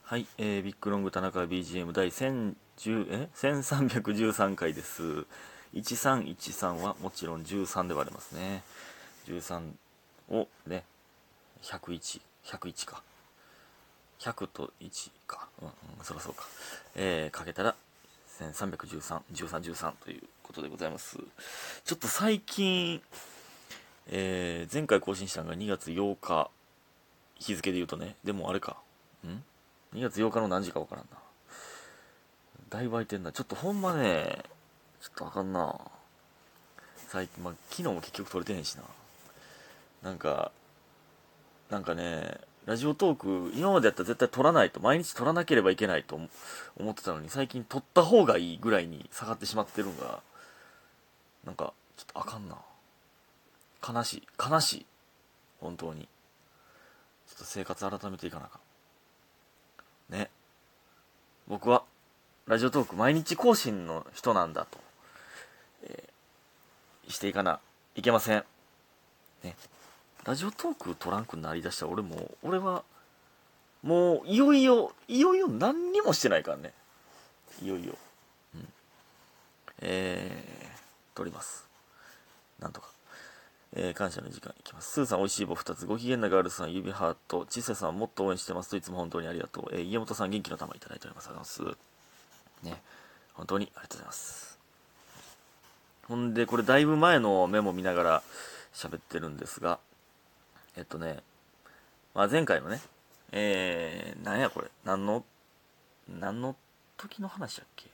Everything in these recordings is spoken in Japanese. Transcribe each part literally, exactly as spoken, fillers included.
はい、えー、ビッグロング田中 ビージーエム 第せんじゅうえせんさんびゃくじゅうさんかいです。いちさんいちさんはもちろんじゅうさんで割れますね。じゅうさんをね、ひゃくいち、ひゃくいちか。ひゃくといちか。うん、うん、そらそうか。えー、かけたらせんさんびゃくじゅうさん、じゅうさん、じゅうさんということでございます。ちょっと最近、えー、前回更新したのがにがつようか、日付で言うとね、でもあれか。んにがつようかの何時かわからんな。だいぶ空いてんな。ちょっとほんまね、ちょっとあかんな。最近、まあ、昨日も結局撮れてへんしな。なんか、なんかね、ラジオトーク、今までやったら絶対撮らないと、毎日撮らなければいけないと思ってたのに、最近撮った方がいいぐらいに下がってしまってるんが、なんか、ちょっとあかんな。悲しい。悲しい。本当に。ちょっと生活改めていかなあかん。ね。僕は、ラジオトーク毎日更新の人なんだと、えーしていかないけません。ね。ラジオトークトランクになりだしたら俺も、俺は、もう、いよいよ、いよいよ何にもしてないからね。いよいよ。うん。えー、撮ります。なんとか。えー、感謝の時間いきます。スーさん、おいしい棒ふたつ。ご機嫌なガールさん、指ハート。ちせさん、もっと応援してますといつも本当にありがとう。えー、家元さん、元気の玉いただいております。ありがとうございます。ね。本当にありがとうございます。ほんで、これだいぶ前のメモ見ながら喋ってるんですが、えっとね、まあ、前回のね、えー、なんやこれ、何の、何の時の話だっけ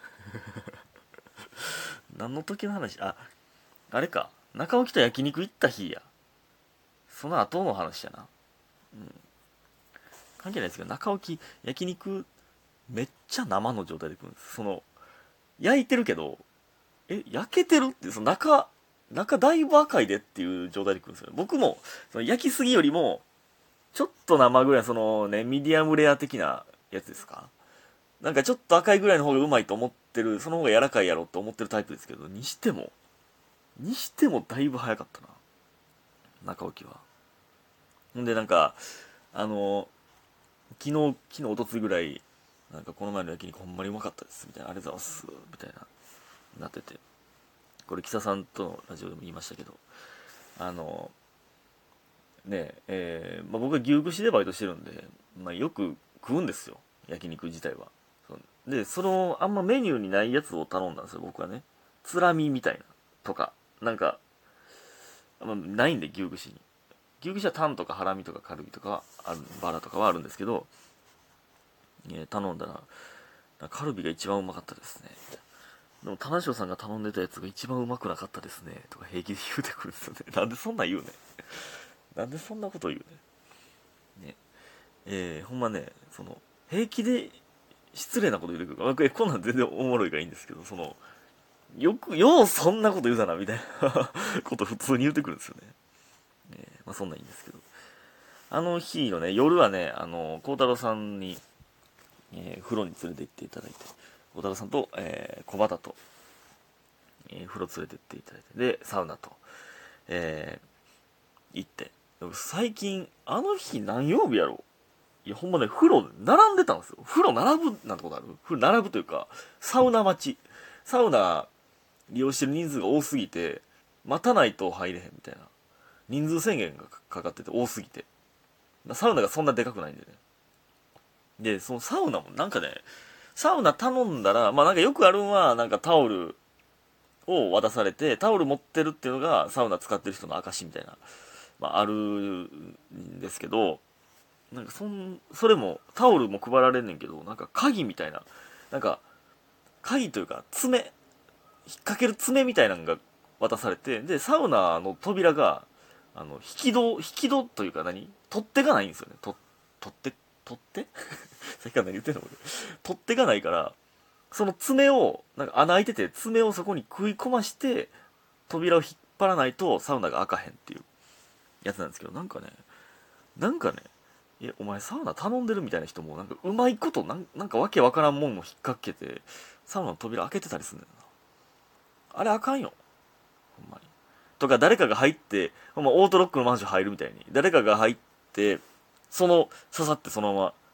何の時の話あ、あれか。中尾と焼肉行った日や。その後の話やな。うん。関係ないですけど、中尾焼肉、めっちゃ生の状態で食うんです。その、焼いてるけど、え、焼けてるって、その中、中だいぶ赤いでっていう状態で食うんですよね。僕も、その焼きすぎよりも、ちょっと生ぐらい、そのね、ミディアムレア的なやつですか。なんかちょっと赤いぐらいの方がうまいと思ってる、その方が柔らかいやろと思ってるタイプですけど、にしても、にしてもだいぶ早かったな。中置きは。ほんでなんか、あの、昨日、昨日、おとついぐらい、なんかこの前の焼肉ほんまにうまかったです、みたいな、ありがとうございます、みたいな、なってて。これ、キサさんとのラジオでも言いましたけど、あの、ねえ、ーまあ、僕は牛串でバイトしてるんで、まあ、よく食うんですよ、焼肉自体は。で、その、あんまメニューにないやつを頼んだんですよ、僕はね。つらみみたいな、とか、なんか、まあ、ないんで、牛串に。牛串はタンとかハラミとかカルビとかある、バラとかはあるんですけど、えー頼んだら、カルビが一番うまかったですね。でも、田無さんが頼んでたやつが一番うまくなかったですね。とか平気で言うてくるんですよね。なんでそんなん言うねん。なんでそんなこと言うねん。ね。えー、ほんまね、その、平気で失礼なこと言うてくるから、こんなん全然おもろいがいいんですけど、その、よく、ようそんなこと言うたな、みたいなこと普通に言うてくるんですよね。えー、まあそんなんいいんですけど。あの日のね、夜はね、あの、孝太郎さんに、えー風呂に連れて行っていただいて、孝太郎さんと、えー小畑と、えー風呂連れて行っていただいて、で、サウナと、えー行って。最近、あの日何曜日やろういや、ほんまね、風呂並んでたんですよ。風呂並ぶなんてことある風呂並ぶというか、サウナ待ち。サウナ利用してる人数が多すぎて、待たないと入れへんみたいな。人数制限がかかってて多すぎて。サウナがそんなでかくないんでね。で、そのサウナもなんかね、サウナ頼んだら、まあなんかよくあるのは、なんかタオルを渡されて、タオル持ってるっていうのがサウナ使ってる人の証みたいな、まああるんですけど、なんかそん、それも、タオルも配られんねんけど、なんか鍵みたいな、なんか、鍵というか爪、引っ掛ける爪みたいなのが渡されて、で、サウナの扉が、あの、引き戸、引き戸というか何取っ手がないんですよね。と、取っ手取っ手さっきから何言ってんの俺。取っ手がないから、その爪を、なんか穴開いてて、爪をそこに食い込まして、扉を引っ張らないとサウナが開かへんっていうやつなんですけど、なんかね、なんかね、え、お前サウナ頼んでるみたいな人も、なんかうまいことなん、なんかわけわからんもんを引っ掛けて、サウナの扉開けてたりするんだよな。あれあかんよ。ほんまに。とか誰かが入って、ほんまオートロックのマンション入るみたいに、誰かが入って、その、刺さってそのまま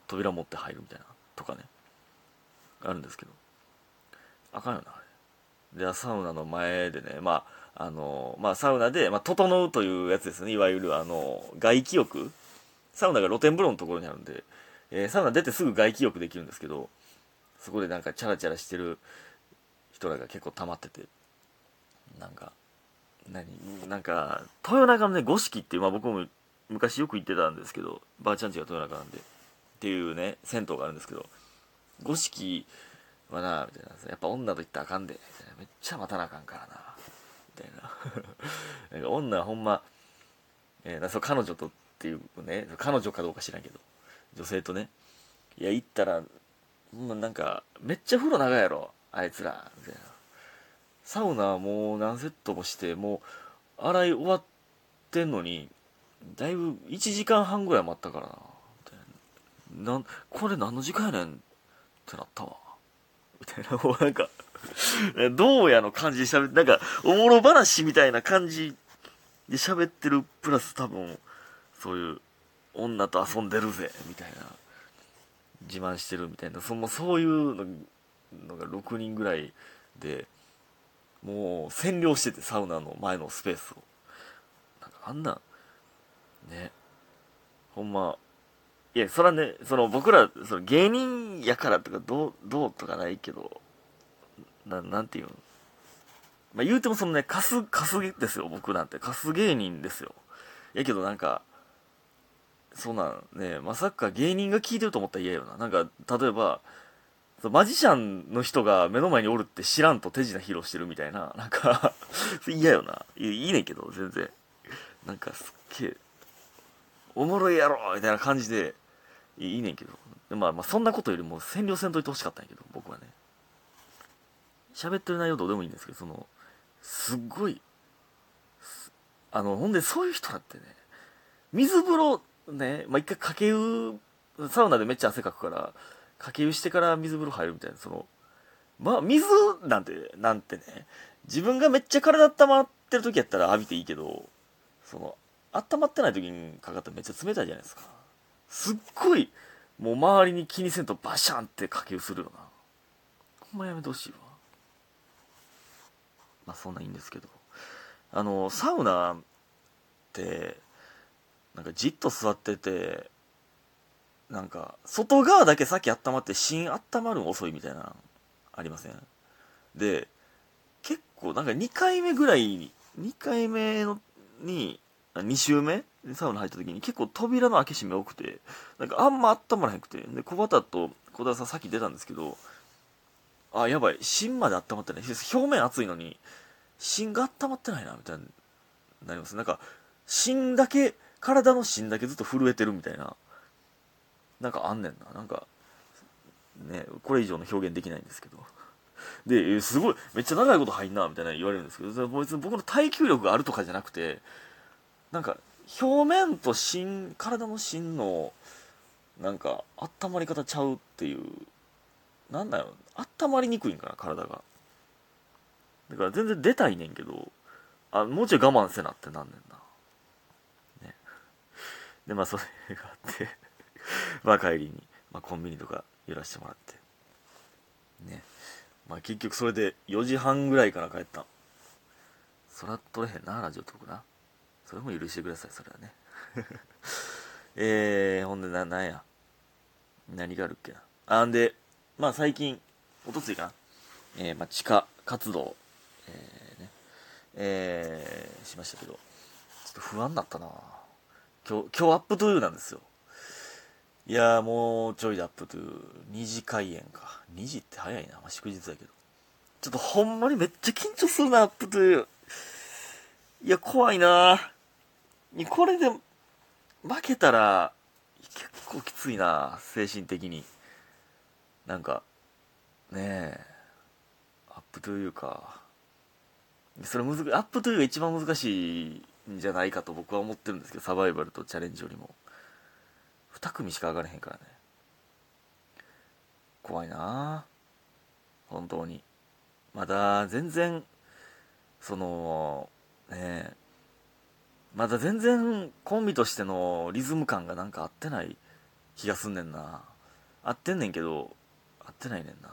扉持って入るみたいなとかね、あるんですけど、あかんよなあれで。サウナの前でね、まああのまあサウナで、まあ、整うというやつですね。いわゆるあの外気浴、サウナが露天風呂のところにあるんで、えーサウナ出てすぐ外気浴できるんですけど、そこでなんかチャラチャラしてる人らが結構溜まってて、なんか何なんか豊中のね五色っていう、まあ僕も昔よく行ってたんですけど、ばあちゃん家が豊中なんでっていうね銭湯があるんですけど、五色はなみたいな、やっぱ女と行ったらあかんでみたいな、めっちゃ待たなあかんからなみたいななんか女はほんま、えー、そう彼女とっていうね、彼女かどうか知らんけど、女性とね、いや行ったらもうなんかめっちゃ風呂長いやろあいつらみたいな、サウナもう何セットもしてもう洗い終わってんのに、だいぶいちじかんはんぐらい待ったからなみたいな、なんこれ何の時間やねんってなったわみたいな、もうなんかどうやの感じで喋って、なんかおもろ話みたいな感じで喋ってるプラス、多分そういう女と遊んでるぜみたいな自慢してるみたいな、そのそういうのがろくにんぐらいで、もう占領してて、サウナの前のスペースを、なんかあんなね、ほんま、いやそれはね、その僕らその芸人やからとかどうどうとかないけど、ななんていうの、まあ、言うてもそのね、カスカスですよ、僕なんてカス芸人ですよ。やけどなんか、そんなんね、まさか芸人が聞いてると思ったら嫌よな。なんか例えばマジシャンの人が目の前におるって知らんと手品披露してるみたいな、なんか嫌よな。いいいねんけど全然、なんかすっげえおもろいやろみたいな感じでいいねんけど、でまあまあそんなことよりも占領せんといてほしかったんやけど、僕はね、喋ってる内容どうでもいいんですけど、そのすっごい、あのほんでそういう人だってね、水風呂ね、まあ、一回かけ湯、サウナでめっちゃ汗かくからかけ湯してから水風呂入るみたいな、そのまあ水なんてなんてね、自分がめっちゃ体温まってる時やったら浴びていいけど、その温まってない時にかかったらめっちゃ冷たいじゃないですか。すっごいもう周りに気にせんとバシャンってかけ湯するよな。ほんまやめてほしいわ。まあそんなんいいんですけど、あのサウナってなんかじっと座ってて、なんか外側だけ先温まって芯温まるの遅いみたいなありません？で結構なんかにかいめぐらいににかいめのにに周目でサウナ入った時に結構扉の開け閉め多くて、なんかあんま温まらへんくて、で小畑と小田さんさっき出たんですけど、あやばい芯まで温まってない、表面熱いのに芯が温まってないなみたいになります。なんか芯だけ、体の芯だけずっと震えてるみたいな、なんかあんねんな。なんかね、これ以上の表現できないんですけど、で、すごいめっちゃ長いこと入んなみたいな言われるんですけど、それ別に僕の耐久力があるとかじゃなくて、なんか表面と芯、体の芯のなんか温まり方ちゃうっていう、なんだろう、温まりにくいんかな体が。だから全然出たいねんけど、あもうちょい我慢せなってなんねんな。ね、でまあそれがあってまあ帰りに、まあ、コンビニとか寄らせてもらってね、まあ結局それでよじはんぐらいから帰った。そら撮れへんなラジオトークな。それも許してください、それはねえー、ほんでな、なんや何があるっけなあ。んでまあ最近おとついかな、えー、まあ地下活動、えー、ねえー、しましたけど、ちょっと不安になったな。今日今日アップトゥーなんですよ。いやーもうちょいでアップトゥーにじ開演か。にじって早いな、まあ、祝日だけど、ちょっとほんまにめっちゃ緊張するなアップトゥー。いや怖いな。これで負けたら結構きついな、精神的に。なんかねえ、アップトゥーいうか、それむずアップトゥーが一番難しいんじゃないかと僕は思ってるんですけど、サバイバルとチャレンジよりもに組しか上がれへんからね。怖いな本当に。まだ全然そのねえ、まだ全然コンビとしてのリズム感がなんか合ってない気がすんねんな。 合ってんねんけど合ってないねんな。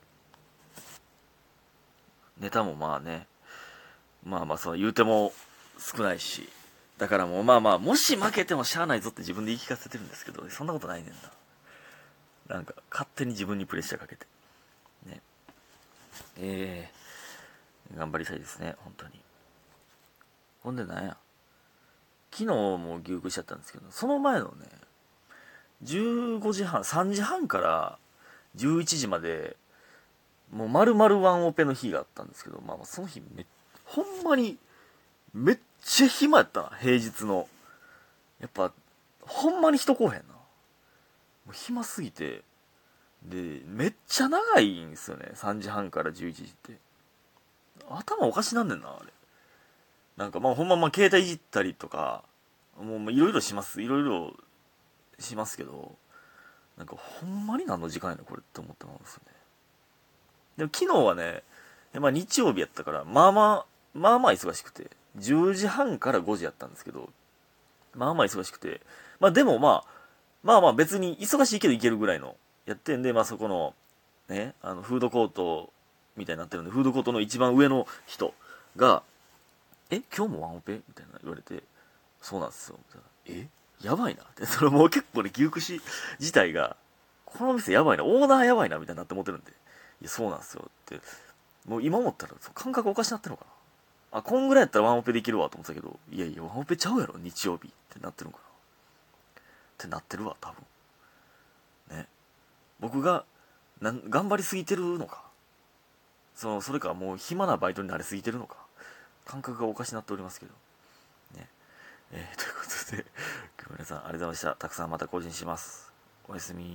ネタもまあね、まあまあそう言うても少ないし、だからもうまあまあ、もし負けてもしゃあないぞって自分で言い聞かせてるんですけど、そんなことないねんな。なんか勝手に自分にプレッシャーかけてね。えー、頑張りたいですね本当に。ほんでなんや、昨日も牛食いしちゃったんですけど、その前のね、じゅうごじはんさんじはんからじゅういちじまでもう丸々ワンオペの日があったんですけど、まあまあその日めほんまにめっちゃ暇やったな、平日の。やっぱほんまに人来おへんな、もう暇すぎて。でめっちゃ長いんですよね、さんじはんからじゅういちじって。頭おかしなんねんなあれ。なんかまあほんままあ携帯いじったりとかもういろいろしますいろいろしますけど、なんかほんまに何の時間やねんこれって思ってまうんですよね。でも昨日はね、まあ日曜日やったからまあまあまあまあ忙しくて、じゅうじはんからごじやったんですけど、まあまあ忙しくて、まあでもまあまあまあ別に忙しいけどいけるぐらいのやってんで、まあそこのね、あのフードコートみたいになってるんで、フードコートの一番上の人がえ今日もワンオペみたいな言われて、そうなんですよみたいな。えやばいなって、それもう結構ね牛串自体がこの店やばいな、オーナーやばいなみたいになって思ってるんで、いやそうなんですよって、もう今思ったら感覚おかしなってるのかな。あこんぐらいやったらワンオペできるわと思ってたけど、いやいやワンオペちゃうやろ日曜日ってなってるのかなってなってるわ多分ね。僕がなん頑張りすぎてるのか、そのそれかもう暇なバイトになりすぎてるのか、感覚がおかしなっておりますけどね。えー、ということで、皆さんありがとうございました。たくさんまた更新します。おやすみ。